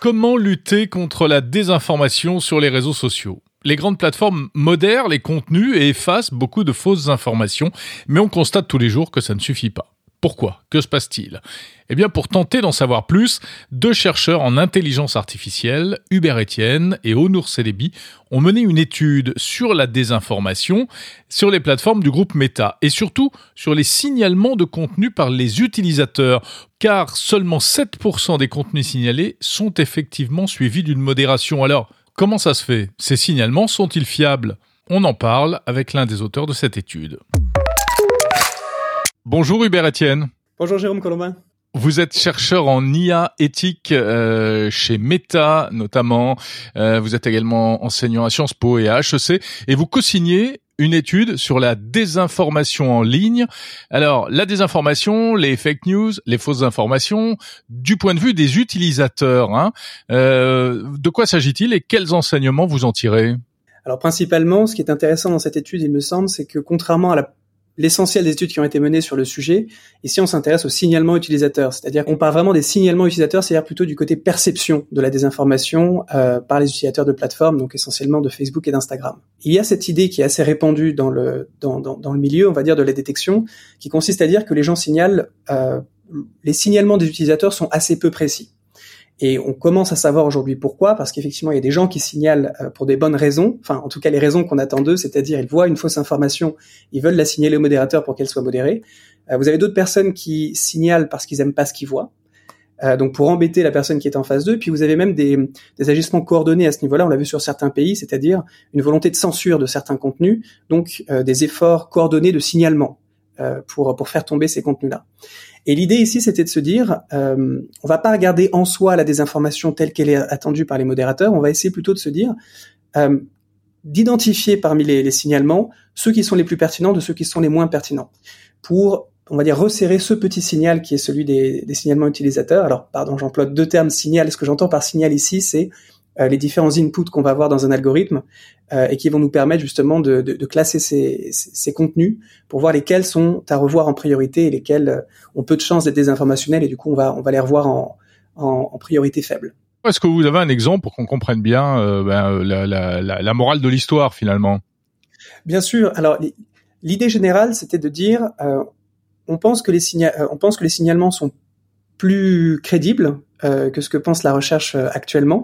Comment lutter contre la désinformation sur les réseaux sociaux ? Les grandes plateformes modèrent les contenus et effacent beaucoup de fausses informations, mais on constate tous les jours que ça ne suffit pas. Pourquoi ? Que se passe-t-il ? Eh bien, pour tenter d'en savoir plus, deux chercheurs en intelligence artificielle, Hubert Etienne et Onur Celebi, ont mené une étude sur la désinformation sur les plateformes du groupe Meta et surtout sur les signalements de contenu par les utilisateurs, car seulement 7% des contenus signalés sont effectivement suivis d'une modération. Alors, comment ça se fait ? Ces signalements sont-ils fiables ? On en parle avec l'un des auteurs de cette étude. Bonjour Hubert Etienne. Bonjour Jérôme Colombin. Vous êtes chercheur en IA éthique chez Meta notamment. Vous êtes également enseignant à Sciences Po et à HEC et vous co-signez une étude sur la désinformation en ligne. Alors, la désinformation, les fake news, les fausses informations, du point de vue des utilisateurs, de quoi s'agit-il et quels enseignements vous en tirez ? Alors principalement, ce qui est intéressant dans cette étude, il me semble, c'est que contrairement à l'essentiel des études qui ont été menées sur le sujet, ici on s'intéresse aux signalements utilisateurs, c'est-à-dire qu'on parle vraiment des signalements utilisateurs, c'est-à-dire plutôt du côté perception de la désinformation par les utilisateurs de plateformes, donc essentiellement de Facebook et d'Instagram. Il y a cette idée qui est assez répandue dans le milieu, on va dire, de la détection, qui consiste à dire que les gens signalent, les signalements des utilisateurs sont assez peu précis. Et on commence à savoir aujourd'hui pourquoi, parce qu'effectivement, il y a des gens qui signalent pour des bonnes raisons, enfin, en tout cas, les raisons qu'on attend d'eux, c'est-à-dire, ils voient une fausse information, ils veulent la signaler au modérateur pour qu'elle soit modérée. Vous avez d'autres personnes qui signalent parce qu'ils aiment pas ce qu'ils voient, donc pour embêter la personne qui est en face d'eux. Puis vous avez même des agissements coordonnés à ce niveau-là, on l'a vu sur certains pays, c'est-à-dire une volonté de censure de certains contenus, donc des efforts coordonnés de signalement pour faire tomber ces contenus-là. Et l'idée ici, c'était de se dire, on va pas regarder en soi la désinformation telle qu'elle est attendue par les modérateurs, on va essayer plutôt de se dire, d'identifier parmi les signalements ceux qui sont les plus pertinents de ceux qui sont les moins pertinents, pour, on va dire, resserrer ce petit signal qui est celui des signalements utilisateurs. Alors, pardon, j'emploie deux termes, signal. Ce que j'entends par signal ici, c'est les différents inputs qu'on va avoir dans un algorithme et qui vont nous permettre justement de classer ces contenus pour voir lesquels sont à revoir en priorité et lesquels ont peu de chances d'être désinformationnels et du coup on va les revoir en priorité faible. Est-ce que vous avez un exemple pour qu'on comprenne bien la morale de l'histoire finalement ? Bien sûr. Alors l'idée générale c'était de dire on pense que les signalements sont plus crédibles que ce que pense la recherche actuellement.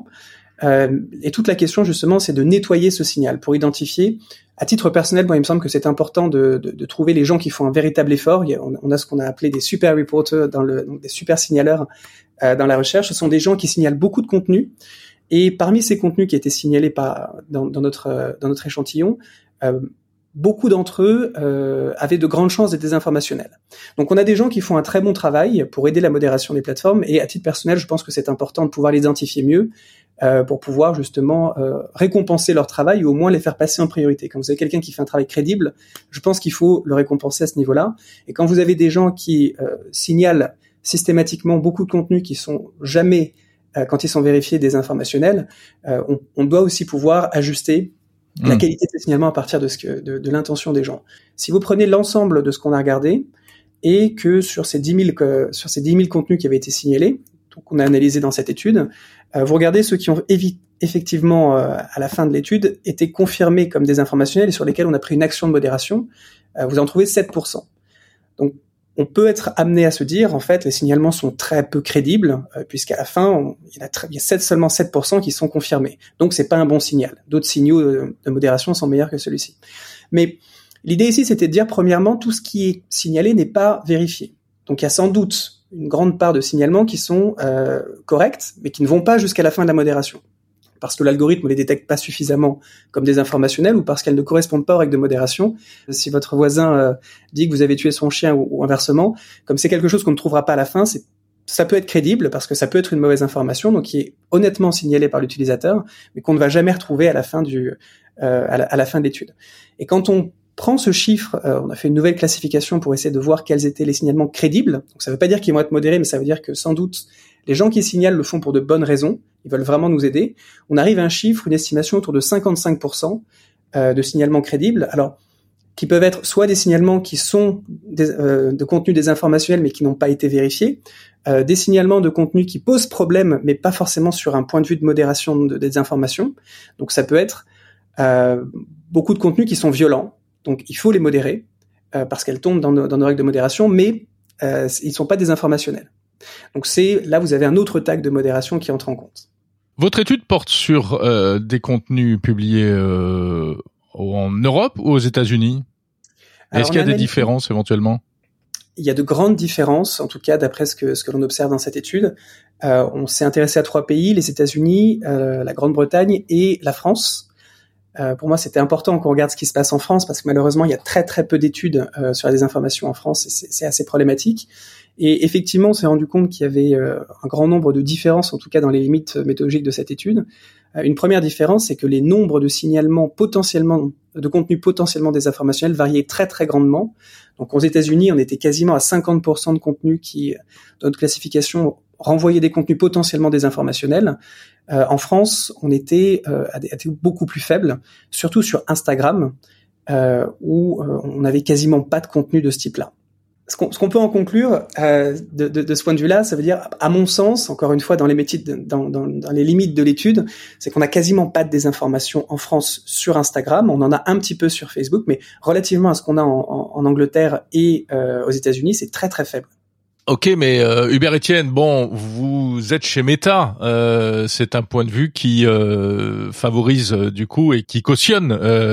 Et toute la question justement c'est de nettoyer ce signal pour identifier, à titre personnel, moi il me semble que c'est important de trouver les gens qui font un véritable effort. On a ce qu'on a appelé des super reporters donc des super signaleurs dans la recherche. Ce sont des gens qui signalent beaucoup de contenu et parmi ces contenus qui étaient signalés dans notre échantillon, beaucoup d'entre eux avaient de grandes chances d'être désinformationnels. Donc on a des gens qui font un très bon travail pour aider la modération des plateformes et à titre personnel, je pense que c'est important de pouvoir les identifier mieux pour pouvoir justement récompenser leur travail ou au moins les faire passer en priorité. Quand vous avez quelqu'un qui fait un travail crédible, je pense qu'il faut le récompenser à ce niveau-là. Et quand vous avez des gens qui signalent systématiquement beaucoup de contenus qui sont jamais, quand ils sont vérifiés, désinformationnels, on doit aussi pouvoir ajuster la qualité de ces signalements à partir de l'intention des gens. Si vous prenez l'ensemble de ce qu'on a regardé et que sur ces 10 000 contenus qui avaient été signalés, qu'on a analysé dans cette étude, vous regardez ceux qui ont effectivement, à la fin de l'étude, été confirmés comme désinformationnels et sur lesquels on a pris une action de modération, vous en trouvez 7%. Donc, on peut être amené à se dire, en fait, les signalements sont très peu crédibles, puisqu'à la fin, il y a seulement 7% qui sont confirmés. Donc, c'est pas un bon signal. D'autres signaux de modération sont meilleurs que celui-ci. Mais l'idée ici, c'était de dire, premièrement, tout ce qui est signalé n'est pas vérifié. Donc, il y a sans doute une grande part de signalements qui sont corrects, mais qui ne vont pas jusqu'à la fin de la modération. Parce que l'algorithme ne les détecte pas suffisamment comme désinformationnelles ou parce qu'elles ne correspondent pas aux règles de modération. Si votre voisin dit que vous avez tué son chien ou inversement, comme c'est quelque chose qu'on ne trouvera pas à la fin, ça peut être crédible parce que ça peut être une mauvaise information, donc qui est honnêtement signalée par l'utilisateur, mais qu'on ne va jamais retrouver à la fin à la fin de l'étude. Et quand on prend ce chiffre, on a fait une nouvelle classification pour essayer de voir quels étaient les signalements crédibles. Donc ça ne veut pas dire qu'ils vont être modérés, mais ça veut dire que sans doute les gens qui signalent le font pour de bonnes raisons, ils veulent vraiment nous aider. On arrive à un chiffre, une estimation autour de 55% de signalements crédibles. Alors qui peuvent être soit des signalements qui sont de contenu désinformationnel mais qui n'ont pas été vérifiés, des signalements de contenu qui posent problème mais pas forcément sur un point de vue de modération des informations. Donc ça peut être beaucoup de contenus qui sont violents, donc il faut les modérer parce qu'elles tombent dans nos règles de modération, mais ils sont pas désinformationnels. Donc là vous avez un autre tag de modération qui entre en compte. Votre étude porte sur des contenus publiés en Europe ou aux États-Unis ? Est-ce qu'il y a des différences éventuellement ? Il y a de grandes différences, en tout cas d'après ce que l'on observe dans cette étude. On s'est intéressé à 3 pays, les États-Unis, la Grande-Bretagne et la France. Pour moi, c'était important qu'on regarde ce qui se passe en France parce que malheureusement, il y a très très peu d'études sur la désinformation en France et c'est assez problématique. Et effectivement, on s'est rendu compte qu'il y avait un grand nombre de différences, en tout cas dans les limites méthodologiques de cette étude. Une première différence, c'est que les nombres de signalements de contenus potentiellement désinformationnels variaient très très grandement. Donc aux États-Unis, on était quasiment à 50% de contenus qui, dans notre classification, renvoyaient des contenus potentiellement désinformationnels. En France, on était à des beaucoup plus faibles, surtout sur Instagram, où on n'avait quasiment pas de contenu de ce type-là. Ce qu'on peut en conclure de ce point de vue-là, ça veut dire, à mon sens, encore une fois, dans les métiers, dans les limites de l'étude, c'est qu'on n'a quasiment pas de désinformation en France sur Instagram. On en a un petit peu sur Facebook, mais relativement à ce qu'on a en Angleterre et aux États-Unis, c'est très très faible. Ok, mais Hubert Etienne, bon, vous êtes chez Meta, c'est un point de vue qui favorise du coup et qui cautionne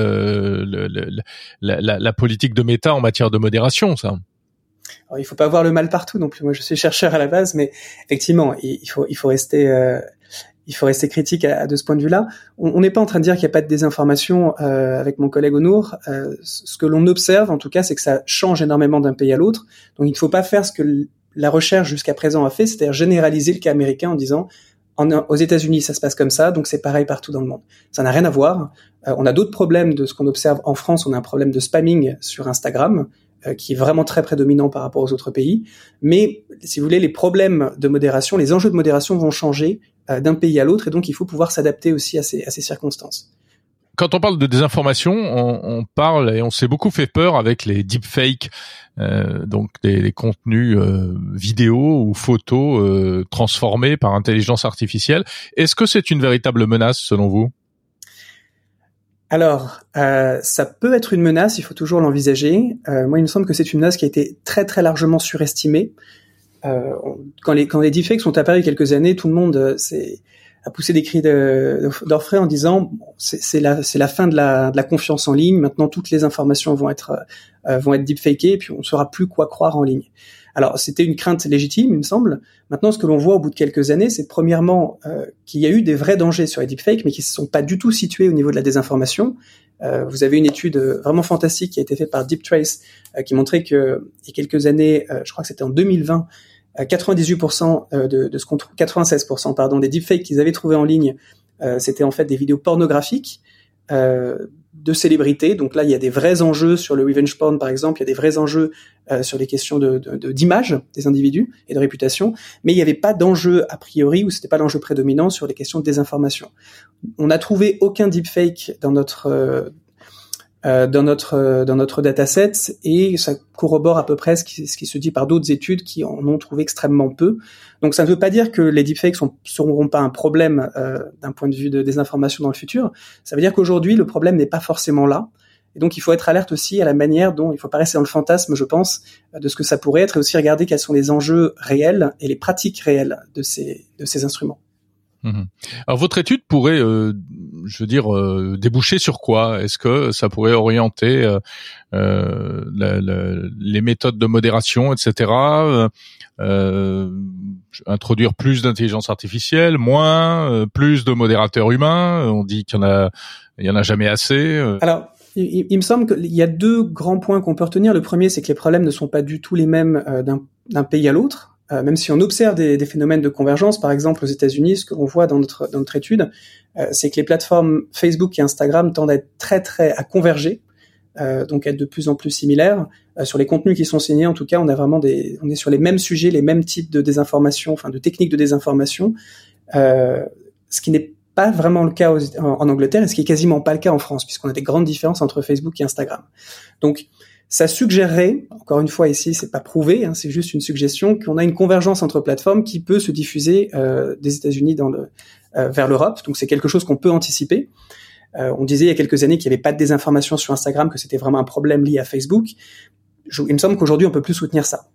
la politique de Meta en matière de modération, ça. Alors, il faut pas voir le mal partout non plus. Moi, je suis chercheur à la base, mais effectivement, il faut rester critique de ce point de vue-là. On n'est pas en train de dire qu'il n'y a pas de désinformation avec mon collègue Onur. Ce que l'on observe, en tout cas, c'est que ça change énormément d'un pays à l'autre. Donc, il ne faut pas faire ce que la recherche jusqu'à présent a fait, c'est-à-dire généraliser le cas américain en disant aux États-Unis, ça se passe comme ça, donc c'est pareil partout dans le monde. Ça n'a rien à voir. On a d'autres problèmes de ce qu'on observe en France. On a un problème de spamming sur Instagram qui est vraiment très prédominant par rapport aux autres pays. Mais, si vous voulez, les problèmes de modération, les enjeux de modération vont changer d'un pays à l'autre, et donc il faut pouvoir s'adapter aussi à ces circonstances. Quand on parle de désinformation, on parle et on s'est beaucoup fait peur avec les deepfakes, donc les contenus vidéo ou photos transformés par intelligence artificielle. Est-ce que c'est une véritable menace selon vous ? Alors, ça peut être une menace, il faut toujours l'envisager. Moi, il me semble que c'est une menace qui a été très très largement surestimée. Quand les deepfakes sont apparus il y a quelques années, tout le monde a poussé des cris d'orfraie en disant c'est la fin de la confiance en ligne. Maintenant, toutes les informations vont être deepfakées et puis on ne saura plus quoi croire en ligne. Alors, c'était une crainte légitime, il me semble. Maintenant, ce que l'on voit au bout de quelques années, c'est premièrement qu'il y a eu des vrais dangers sur les deepfakes, mais qui ne se sont pas du tout situés au niveau de la désinformation. Vous avez une étude vraiment fantastique qui a été faite par DeepTrace qui montrait que il y a quelques années, je crois que c'était en 2020, 98% de ce qu'on trouve, 96% pardon, des deepfakes qu'ils avaient trouvés en ligne, c'était en fait des vidéos pornographiques de célébrités. Donc là, il y a des vrais enjeux sur le revenge porn, par exemple. Il y a des vrais enjeux sur les questions d'image des individus et de réputation. Mais il n'y avait pas d'enjeu a priori, ou c'était pas l'enjeu prédominant sur les questions de désinformation. On n'a trouvé aucun deepfake dans notre dataset, et ça corrobore à peu près ce qui se dit par d'autres études qui en ont trouvé extrêmement peu. Donc ça ne veut pas dire que les deepfakes seront pas un problème d'un point de vue de désinformation dans le futur. Ça veut dire qu'aujourd'hui le problème n'est pas forcément là. Et donc il faut être alerte aussi à la manière dont, il faut pas rester dans le fantasme, je pense, de ce que ça pourrait être, et aussi regarder quels sont les enjeux réels et les pratiques réelles de ces instruments. Alors votre étude pourrait, déboucher sur quoi ? Est-ce que ça pourrait orienter les méthodes de modération, etc. Introduire plus d'intelligence artificielle, moins, plus de modérateurs humains. On dit qu'il y en a jamais assez. Alors, il me semble qu'il y a 2 grands points qu'on peut retenir. Le premier, c'est que les problèmes ne sont pas du tout les mêmes d'un pays à l'autre. Même si on observe des phénomènes de convergence, par exemple aux États-Unis, ce que l'on voit dans notre étude, c'est que les plateformes Facebook et Instagram tendent à être à converger, donc à être de plus en plus similaires. Sur les contenus qui sont signés, en tout cas, on est sur les mêmes sujets, les mêmes types de désinformation, enfin de techniques de désinformation, ce qui n'est pas vraiment le cas en Angleterre, et ce qui est quasiment pas le cas en France, puisqu'on a des grandes différences entre Facebook et Instagram. Donc, ça suggérerait, encore une fois ici, c'est pas prouvé, c'est juste une suggestion, qu'on a une convergence entre plateformes qui peut se diffuser des États-Unis vers l'Europe. Donc, c'est quelque chose qu'on peut anticiper. On disait il y a quelques années qu'il n'y avait pas de désinformation sur Instagram, que c'était vraiment un problème lié à Facebook. Il me semble qu'aujourd'hui, on peut plus soutenir ça.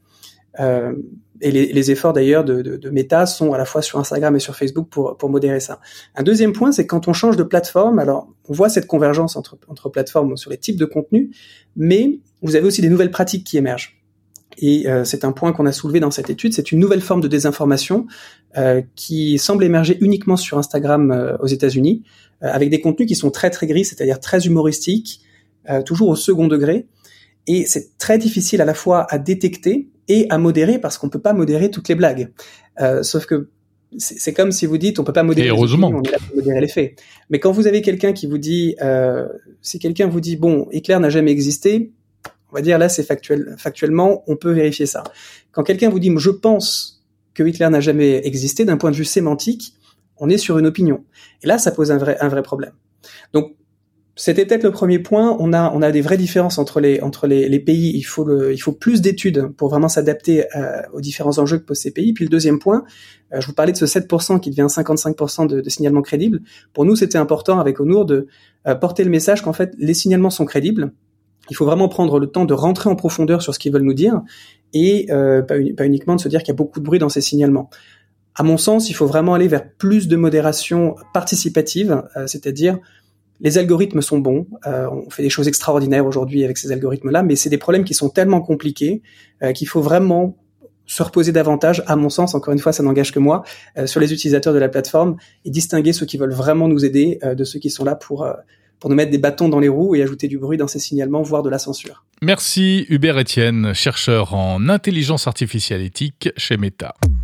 Et les efforts d'ailleurs de Meta sont à la fois sur Instagram et sur Facebook pour modérer ça. Un deuxième point, c'est quand on change de plateforme, alors on voit cette convergence entre plateformes sur les types de contenus, mais vous avez aussi des nouvelles pratiques qui émergent. Et c'est un point qu'on a soulevé dans cette étude, c'est une nouvelle forme de désinformation qui semble émerger uniquement sur Instagram aux États-Unis, avec des contenus qui sont très très gris, c'est-à-dire très humoristiques, toujours au second degré. Et c'est très difficile à la fois à détecter et à modérer, parce qu'on peut pas modérer toutes les blagues. Sauf que c'est comme si vous dites, on peut pas modérer. Et heureusement. On est là pour modérer les faits. Mais quand vous avez quelqu'un qui vous dit, si quelqu'un vous dit, bon, Hitler n'a jamais existé, on va dire là, c'est factuellement, on peut vérifier ça. Quand quelqu'un vous dit, je pense que Hitler n'a jamais existé, d'un point de vue sémantique, on est sur une opinion. Et là, ça pose un vrai problème. Donc, c'était peut-être le premier point. On a des vraies différences entre les pays. Il faut plus d'études pour vraiment s'adapter aux différents enjeux que posent ces pays. Puis le deuxième point, je vous parlais de ce 7% qui devient 55% de signalements crédibles. Pour nous, c'était important avec Onur de porter le message qu'en fait, les signalements sont crédibles. Il faut vraiment prendre le temps de rentrer en profondeur sur ce qu'ils veulent nous dire et pas uniquement de se dire qu'il y a beaucoup de bruit dans ces signalements. À mon sens, il faut vraiment aller vers plus de modération participative, c'est-à-dire les algorithmes sont bons, on fait des choses extraordinaires aujourd'hui avec ces algorithmes-là, mais c'est des problèmes qui sont tellement compliqués qu'il faut vraiment se reposer davantage, à mon sens, encore une fois, ça n'engage que moi, sur les utilisateurs de la plateforme et distinguer ceux qui veulent vraiment nous aider de ceux qui sont là pour nous mettre des bâtons dans les roues et ajouter du bruit dans ces signalements, voire de la censure. Merci Hubert Etienne, chercheur en intelligence artificielle éthique chez Meta.